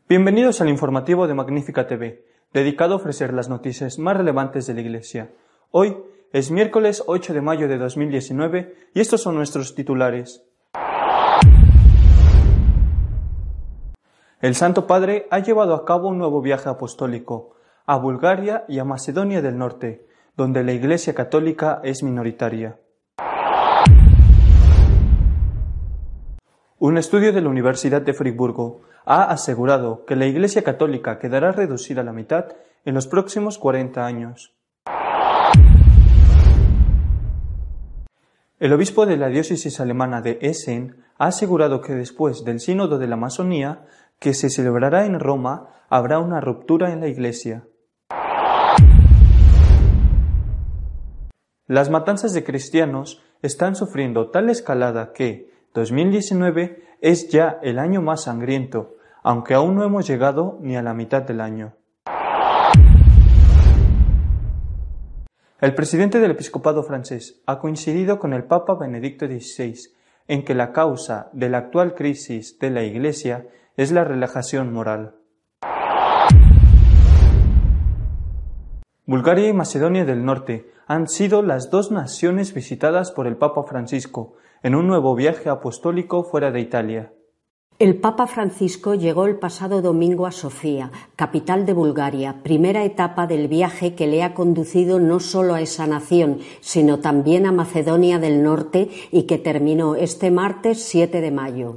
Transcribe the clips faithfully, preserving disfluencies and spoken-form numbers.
Bienvenidos al informativo de Magnífica T V, dedicado a ofrecer las noticias más relevantes de la Iglesia. Hoy es miércoles ocho de mayo de dos mil diecinueve y estos son nuestros titulares. El Santo Padre ha llevado a cabo un nuevo viaje apostólico a Bulgaria y a Macedonia del Norte, donde la Iglesia Católica es minoritaria. Un estudio de la Universidad de Friburgo ha asegurado que la Iglesia Católica quedará reducida a la mitad en los próximos cuarenta años. El obispo de la diócesis alemana de Essen ha asegurado que después del Sínodo de la Masonía, que se celebrará en Roma, habrá una ruptura en la Iglesia. Las matanzas de cristianos están sufriendo tal escalada que dos mil diecinueve es ya el año más sangriento, aunque aún no hemos llegado ni a la mitad del año. El presidente del episcopado francés ha coincidido con el Papa Benedicto dieciséis en que la causa de la actual crisis de la Iglesia es la relajación moral. Bulgaria y Macedonia del Norte han sido las dos naciones visitadas por el Papa Francisco en un nuevo viaje apostólico fuera de Italia. El Papa Francisco llegó el pasado domingo a Sofía, capital de Bulgaria, primera etapa del viaje que le ha conducido no solo a esa nación, sino también a Macedonia del Norte y que terminó este martes siete de mayo.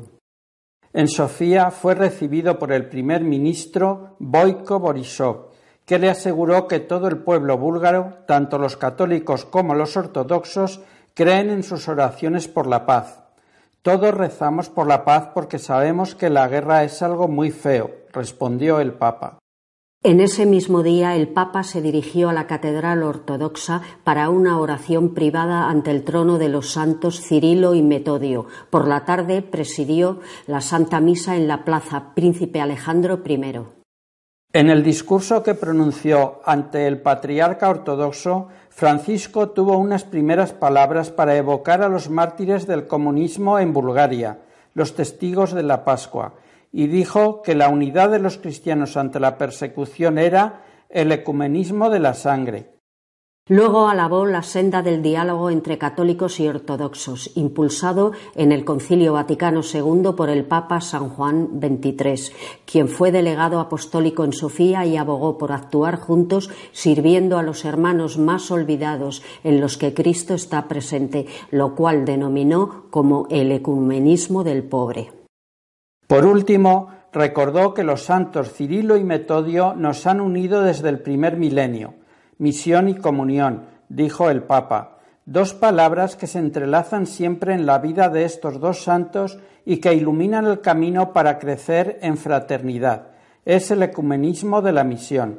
En Sofía fue recibido por el primer ministro Boyko Borisov, que le aseguró que todo el pueblo búlgaro, tanto los católicos como los ortodoxos, creen en sus oraciones por la paz. Todos rezamos por la paz porque sabemos que la guerra es algo muy feo, respondió el Papa. En ese mismo día, el Papa se dirigió a la Catedral Ortodoxa para una oración privada ante el trono de los santos Cirilo y Metodio. Por la tarde presidió la Santa Misa en la Plaza Príncipe Alejandro primero. En el discurso que pronunció ante el patriarca ortodoxo, Francisco tuvo unas primeras palabras para evocar a los mártires del comunismo en Bulgaria, los testigos de la Pascua, y dijo que la unidad de los cristianos ante la persecución era el ecumenismo de la sangre. Luego alabó la senda del diálogo entre católicos y ortodoxos, impulsado en el Concilio Vaticano segundo por el Papa San Juan veintitrés, quien fue delegado apostólico en Sofía y abogó por actuar juntos sirviendo a los hermanos más olvidados en los que Cristo está presente, lo cual denominó como el ecumenismo del pobre. Por último, recordó que los santos Cirilo y Metodio nos han unido desde el primer milenio. Misión y comunión, dijo el Papa, dos palabras que se entrelazan siempre en la vida de estos dos santos y que iluminan el camino para crecer en fraternidad. Es el ecumenismo de la misión.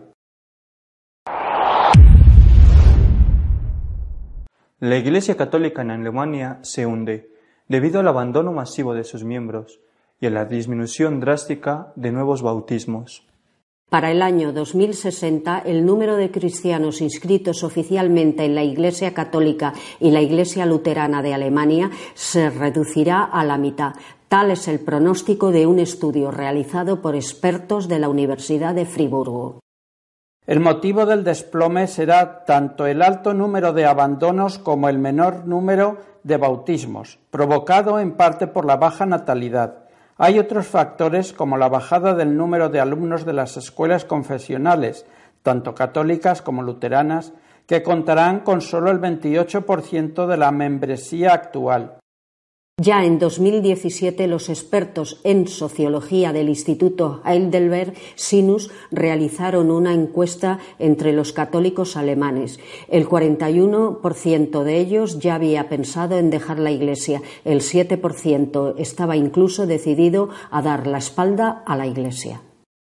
La Iglesia Católica en Alemania se hunde debido al abandono masivo de sus miembros y a la disminución drástica de nuevos bautismos. Para el año dos mil sesenta, el número de cristianos inscritos oficialmente en la Iglesia Católica y la Iglesia Luterana de Alemania se reducirá a la mitad. Tal es el pronóstico de un estudio realizado por expertos de la Universidad de Friburgo. El motivo del desplome será tanto el alto número de abandonos como el menor número de bautismos, provocado en parte por la baja natalidad. Hay otros factores como la bajada del número de alumnos de las escuelas confesionales, tanto católicas como luteranas, que contarán con solo el veintiocho por ciento de la membresía actual. Ya en dos mil diecisiete, los expertos en sociología del Instituto Heidelberg Sinus realizaron una encuesta entre los católicos alemanes. El cuarenta y uno por ciento de ellos ya había pensado en dejar la Iglesia. El siete por ciento estaba incluso decidido a dar la espalda a la Iglesia.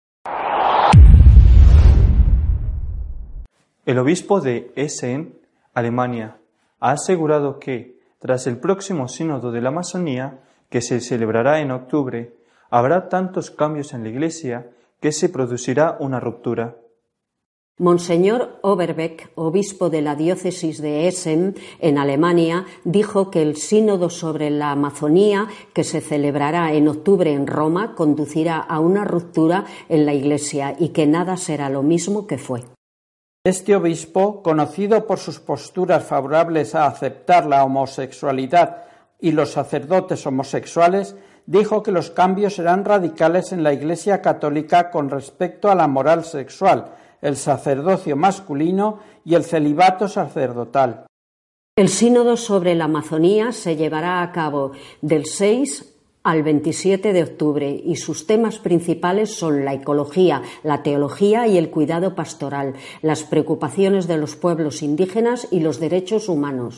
El obispo de Essen, Alemania, ha asegurado que tras el próximo sínodo de la Masonía, que se celebrará en octubre, habrá tantos cambios en la Iglesia que se producirá una ruptura. Monseñor Overbeck, obispo de la diócesis de Essen, en Alemania, dijo que el sínodo sobre la Amazonía, que se celebrará en octubre en Roma, conducirá a una ruptura en la Iglesia y que nada será lo mismo que fue. Este obispo, conocido por sus posturas favorables a aceptar la homosexualidad y los sacerdotes homosexuales, dijo que los cambios serán radicales en la Iglesia católica con respecto a la moral sexual, el sacerdocio masculino y el celibato sacerdotal. El sínodo sobre la Amazonía se llevará a cabo del seis al veintisiete de octubre y sus temas principales son la ecología, la teología y el cuidado pastoral, las preocupaciones de los pueblos indígenas y los derechos humanos.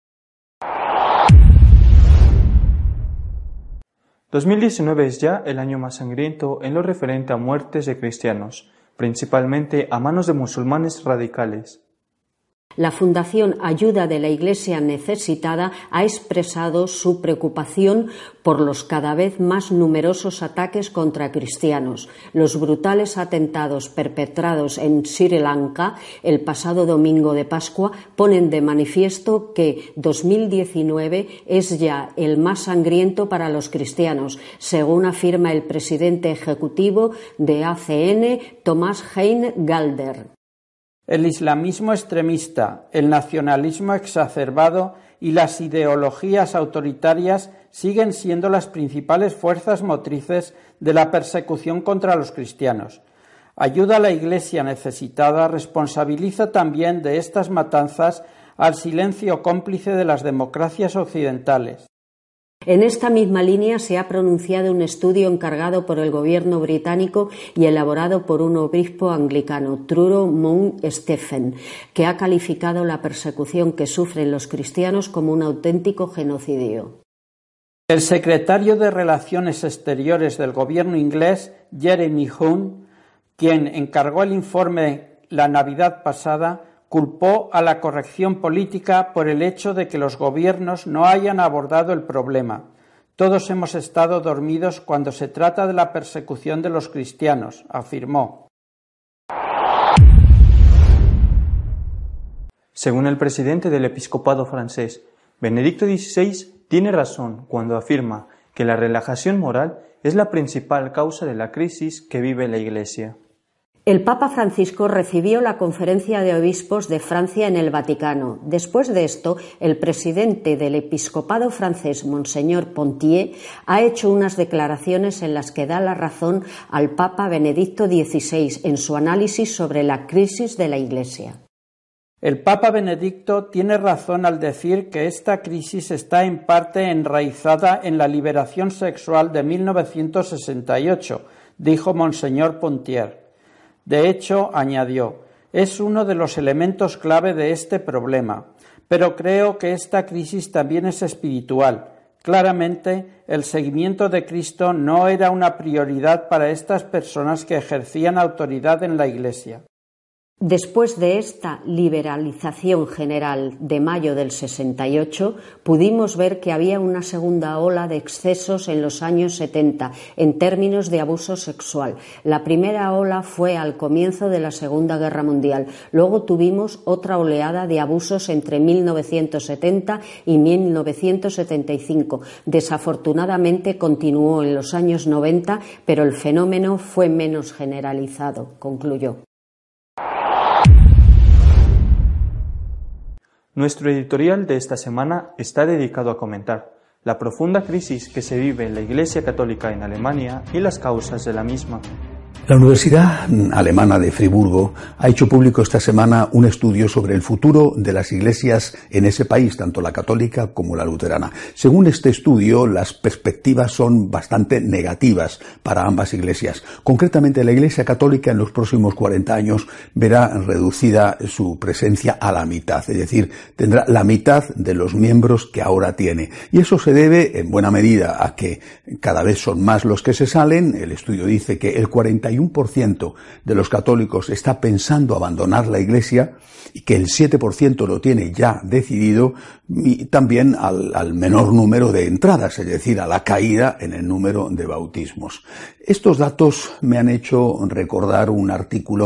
dos mil diecinueve es ya el año más sangriento en lo referente a muertes de cristianos, principalmente a manos de musulmanes radicales. La Fundación Ayuda de la Iglesia Necesitada ha expresado su preocupación por los cada vez más numerosos ataques contra cristianos. Los brutales atentados perpetrados en Sri Lanka el pasado domingo de Pascua ponen de manifiesto que dos mil diecinueve es ya el más sangriento para los cristianos, según afirma el presidente ejecutivo de A C N, Thomas Hein Galder. El islamismo extremista, el nacionalismo exacerbado y las ideologías autoritarias siguen siendo las principales fuerzas motrices de la persecución contra los cristianos. Ayuda a la Iglesia Necesitada responsabiliza también de estas matanzas al silencio cómplice de las democracias occidentales. En esta misma línea se ha pronunciado un estudio encargado por el gobierno británico y elaborado por un obispo anglicano, Truro Mount Stephen, que ha calificado la persecución que sufren los cristianos como un auténtico genocidio. El secretario de Relaciones Exteriores del gobierno inglés, Jeremy Hunt, quien encargó el informe la Navidad pasada, culpó a la corrección política por el hecho de que los gobiernos no hayan abordado el problema. Todos hemos estado dormidos cuando se trata de la persecución de los cristianos, afirmó. Según el presidente del episcopado francés, Benedicto dieciséis tiene razón cuando afirma que la relajación moral es la principal causa de la crisis que vive la Iglesia. El Papa Francisco recibió la Conferencia de Obispos de Francia en el Vaticano. Después de esto, el presidente del episcopado francés, Monseñor Pontier, ha hecho unas declaraciones en las que da la razón al Papa Benedicto dieciséis en su análisis sobre la crisis de la Iglesia. El Papa Benedicto tiene razón al decir que esta crisis está en parte enraizada en la liberación sexual de mil novecientos sesenta y ocho, dijo Monseñor Pontier. De hecho, añadió, es uno de los elementos clave de este problema, pero creo que esta crisis también es espiritual. Claramente, el seguimiento de Cristo no era una prioridad para estas personas que ejercían autoridad en la Iglesia. Después de esta liberalización general de mayo del sesenta y ocho, pudimos ver que había una segunda ola de excesos en los años setenta en términos de abuso sexual. La primera ola fue al comienzo de la Segunda Guerra Mundial. Luego tuvimos otra oleada de abusos entre mil novecientos setenta y mil novecientos setenta y cinco. Desafortunadamente continuó en los años noventa, pero el fenómeno fue menos generalizado, concluyó. Nuestro editorial de esta semana está dedicado a comentar la profunda crisis que se vive en la Iglesia Católica en Alemania y las causas de la misma. La Universidad Alemana de Friburgo ha hecho público esta semana un estudio sobre el futuro de las iglesias en ese país, tanto la católica como la luterana. Según este estudio, las perspectivas son bastante negativas para ambas iglesias. Concretamente, la Iglesia Católica en los próximos cuarenta años verá reducida su presencia a la mitad, es decir, tendrá la mitad de los miembros que ahora tiene. Y eso se debe, en buena medida, a que cada vez son más los que se salen. El estudio dice que el cuarenta y uno por ciento de los católicos está pensando abandonar la Iglesia y que el siete por ciento lo tiene ya decidido, y también al, al menor número de entradas, es decir, a la caída en el número de bautismos. Estos datos me han hecho recordar un artículo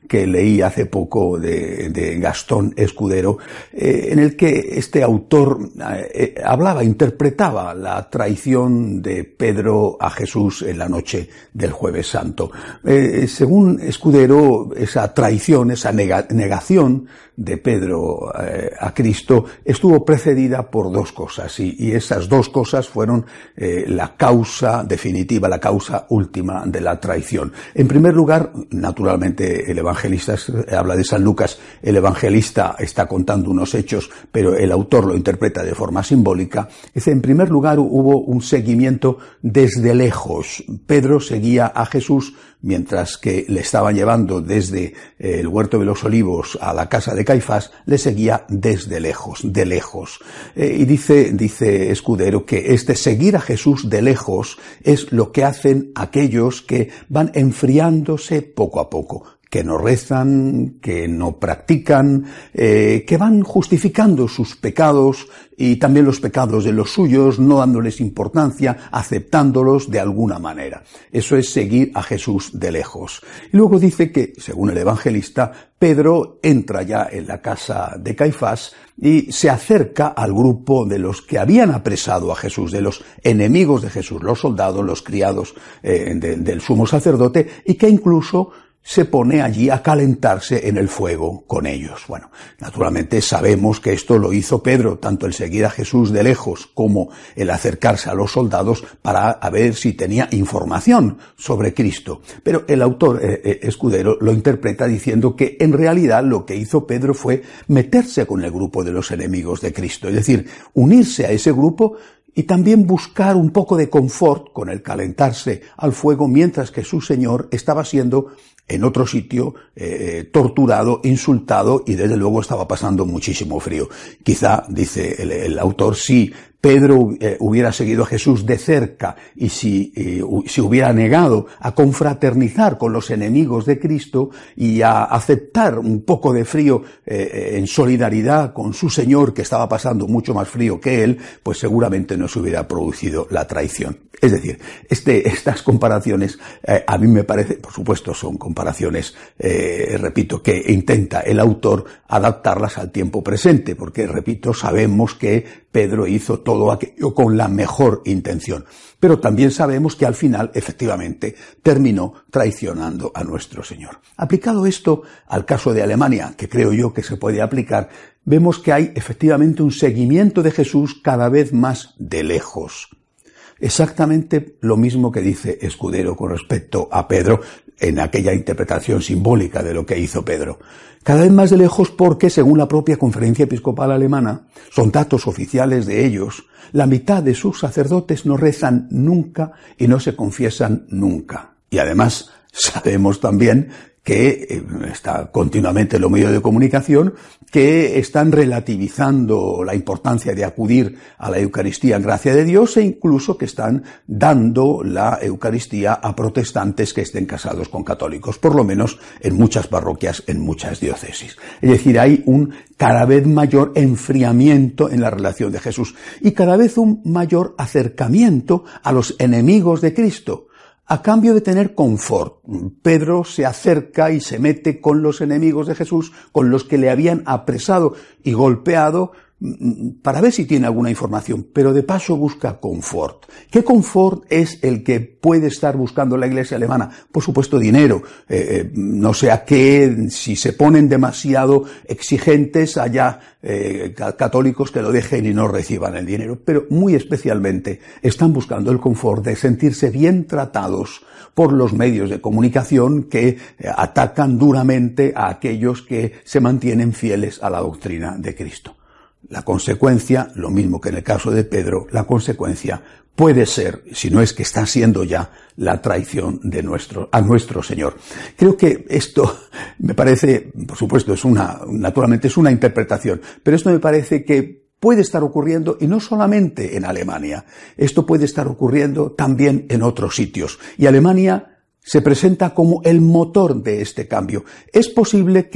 que leí hace poco de, de Gastón Escudero, eh, en el que este autor eh, hablaba, interpretaba la traición de Pedro a Jesús en la noche del Jueves Santo. Eh, según Escudero, esa traición, esa nega, negación de Pedro eh, a Cristo estuvo precedida por dos cosas, y, y esas dos cosas fueron eh, la causa definitiva, la causa última de la traición. En primer lugar, naturalmente el evangelista habla de San Lucas, el evangelista está contando unos hechos, pero el autor lo interpreta de forma simbólica. Dice, en primer lugar hubo un seguimiento desde lejos. Pedro seguía a Jesús mientras que le estaban llevando desde el Huerto de los Olivos a la casa de Caifás, le seguía desde lejos, de lejos. Eh, y dice, dice Escudero que este seguir a Jesús de lejos es lo que hacen aquellos que van enfriándose poco a poco, que no rezan, que no practican, eh, que van justificando sus pecados y también los pecados de los suyos, no dándoles importancia, aceptándolos de alguna manera. Eso es seguir a Jesús de lejos. Y luego dice que, según el evangelista, Pedro entra ya en la casa de Caifás y se acerca al grupo de los que habían apresado a Jesús, de los enemigos de Jesús, los soldados, los criados eh, de, del sumo sacerdote, y que incluso se pone allí a calentarse en el fuego con ellos. Bueno, naturalmente sabemos que esto lo hizo Pedro, tanto el seguir a Jesús de lejos como el acercarse a los soldados para a ver si tenía información sobre Cristo. Pero el autor eh, eh, Escudero lo interpreta diciendo que en realidad lo que hizo Pedro fue meterse con el grupo de los enemigos de Cristo, es decir, unirse a ese grupo y también buscar un poco de confort con el calentarse al fuego mientras que su Señor estaba siendo en otro sitio eh, torturado, insultado y desde luego estaba pasando muchísimo frío. Quizá, dice el, el autor, si Pedro eh, hubiera seguido a Jesús de cerca y si eh, se hubiera negado a confraternizar con los enemigos de Cristo y a aceptar un poco de frío eh, en solidaridad con su Señor, que estaba pasando mucho más frío que él, pues seguramente no se hubiera producido la traición. Es decir, este, estas comparaciones eh, a mí me parece, por supuesto, son comparaciones, eh, repito, que intenta el autor adaptarlas al tiempo presente, porque, repito, sabemos que Pedro hizo todo aquello con la mejor intención. Pero también sabemos que al final, efectivamente, terminó traicionando a nuestro Señor. Aplicado esto al caso de Alemania, que creo yo que se puede aplicar, vemos que hay efectivamente un seguimiento de Jesús cada vez más de lejos. Exactamente lo mismo que dice Escudero con respecto a Pedro en aquella interpretación simbólica de lo que hizo Pedro. Cada vez más de lejos porque, según la propia Conferencia Episcopal Alemana, son datos oficiales de ellos, la mitad de sus sacerdotes no rezan nunca y no se confiesan nunca. Y además sabemos también que está continuamente en los medios de comunicación, que están relativizando la importancia de acudir a la Eucaristía en gracia de Dios e incluso que están dando la Eucaristía a protestantes que estén casados con católicos, por lo menos en muchas parroquias, en muchas diócesis. Es decir, hay un cada vez mayor enfriamiento en la relación de Jesús y cada vez un mayor acercamiento a los enemigos de Cristo, a cambio de tener confort. Pedro se acerca y se mete con los enemigos de Jesús, con los que le habían apresado y golpeado, para ver si tiene alguna información, pero de paso busca confort. ¿Qué confort es el que puede estar buscando la Iglesia alemana? Por supuesto, dinero. Eh, no sé a qué, si se ponen demasiado exigentes, haya eh, católicos que lo dejen y no reciban el dinero, pero muy especialmente están buscando el confort de sentirse bien tratados por los medios de comunicación que eh, atacan duramente a aquellos que se mantienen fieles a la doctrina de Cristo. La consecuencia, lo mismo que en el caso de Pedro, la consecuencia puede ser, si no es que está siendo ya, la traición de nuestro, a nuestro Señor. Creo que esto me parece, por supuesto, es una, naturalmente es una interpretación, pero esto me parece que puede estar ocurriendo, y no solamente en Alemania, esto puede estar ocurriendo también en otros sitios. Y Alemania se presenta como el motor de este cambio. Es posible que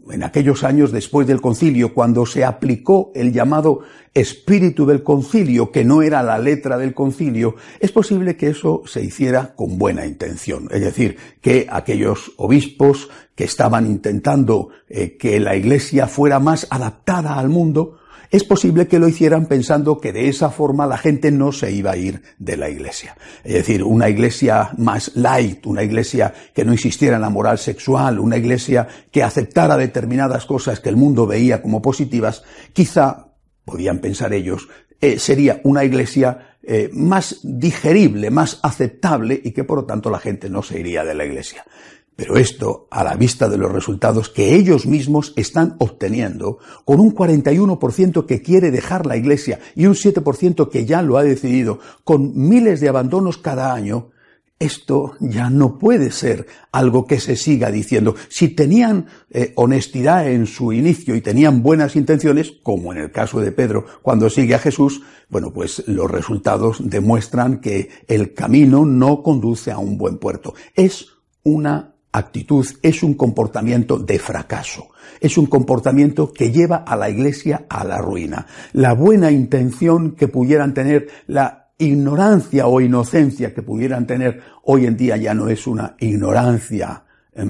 en aquellos años después del concilio, cuando se aplicó el llamado espíritu del concilio, que no era la letra del concilio, es posible que eso se hiciera con buena intención. Es decir, que aquellos obispos que estaban intentando eh, que la Iglesia fuera más adaptada al mundo, es posible que lo hicieran pensando que de esa forma la gente no se iba a ir de la Iglesia. Es decir, una Iglesia más light, una Iglesia que no insistiera en la moral sexual, una Iglesia que aceptara determinadas cosas que el mundo veía como positivas, quizá, podían pensar ellos, eh, sería una Iglesia eh, más digerible, más aceptable y que por lo tanto la gente no se iría de la Iglesia. Pero esto, a la vista de los resultados que ellos mismos están obteniendo, con un cuarenta y uno por ciento que quiere dejar la Iglesia y un siete por ciento que ya lo ha decidido, con miles de abandonos cada año, esto ya no puede ser algo que se siga diciendo. Si tenían eh, honestidad en su inicio y tenían buenas intenciones, como en el caso de Pedro cuando sigue a Jesús, bueno, pues los resultados demuestran que el camino no conduce a un buen puerto. Es una actitud, es un comportamiento de fracaso, es un comportamiento que lleva a la Iglesia a la ruina. La buena intención que pudieran tener, la ignorancia o inocencia que pudieran tener hoy en día ya no es una ignorancia eh,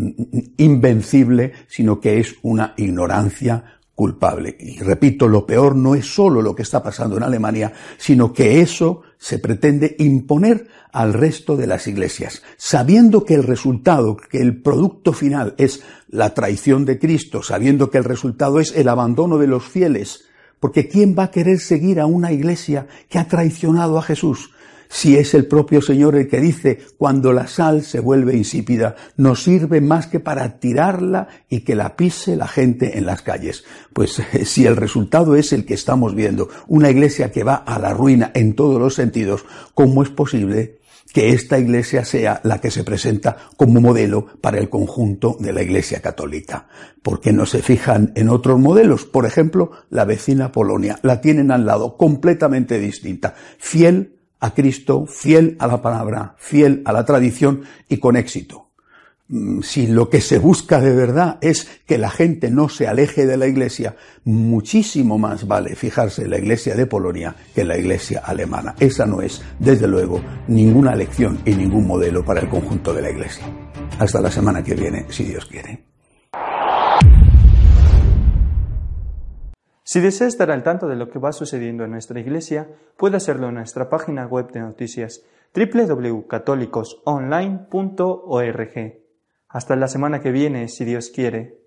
invencible, sino que es una ignorancia culpable. Y repito, lo peor no es solo lo que está pasando en Alemania, sino que eso se pretende imponer al resto de las iglesias, sabiendo que el resultado, que el producto final es la traición de Cristo, sabiendo que el resultado es el abandono de los fieles, porque ¿quién va a querer seguir a una iglesia que ha traicionado a Jesús? Si es el propio Señor el que dice, cuando la sal se vuelve insípida, no sirve más que para tirarla y que la pise la gente en las calles. Pues si el resultado es el que estamos viendo, una iglesia que va a la ruina en todos los sentidos, ¿cómo es posible que esta iglesia sea la que se presenta como modelo para el conjunto de la Iglesia Católica? ¿Por qué no se fijan en otros modelos? Por ejemplo, la vecina Polonia, la tienen al lado, completamente distinta, fiel a Cristo, fiel a la palabra, fiel a la tradición y con éxito. Si lo que se busca de verdad es que la gente no se aleje de la Iglesia, muchísimo más vale fijarse en la Iglesia de Polonia que en la Iglesia alemana. Esa no es, desde luego, ninguna lección y ningún modelo para el conjunto de la Iglesia. Hasta la semana que viene, si Dios quiere. Si desea estar al tanto de lo que va sucediendo en nuestra Iglesia, puede hacerlo en nuestra página web de noticias doble u doble u doble u punto católicos online punto org. Hasta la semana que viene, si Dios quiere.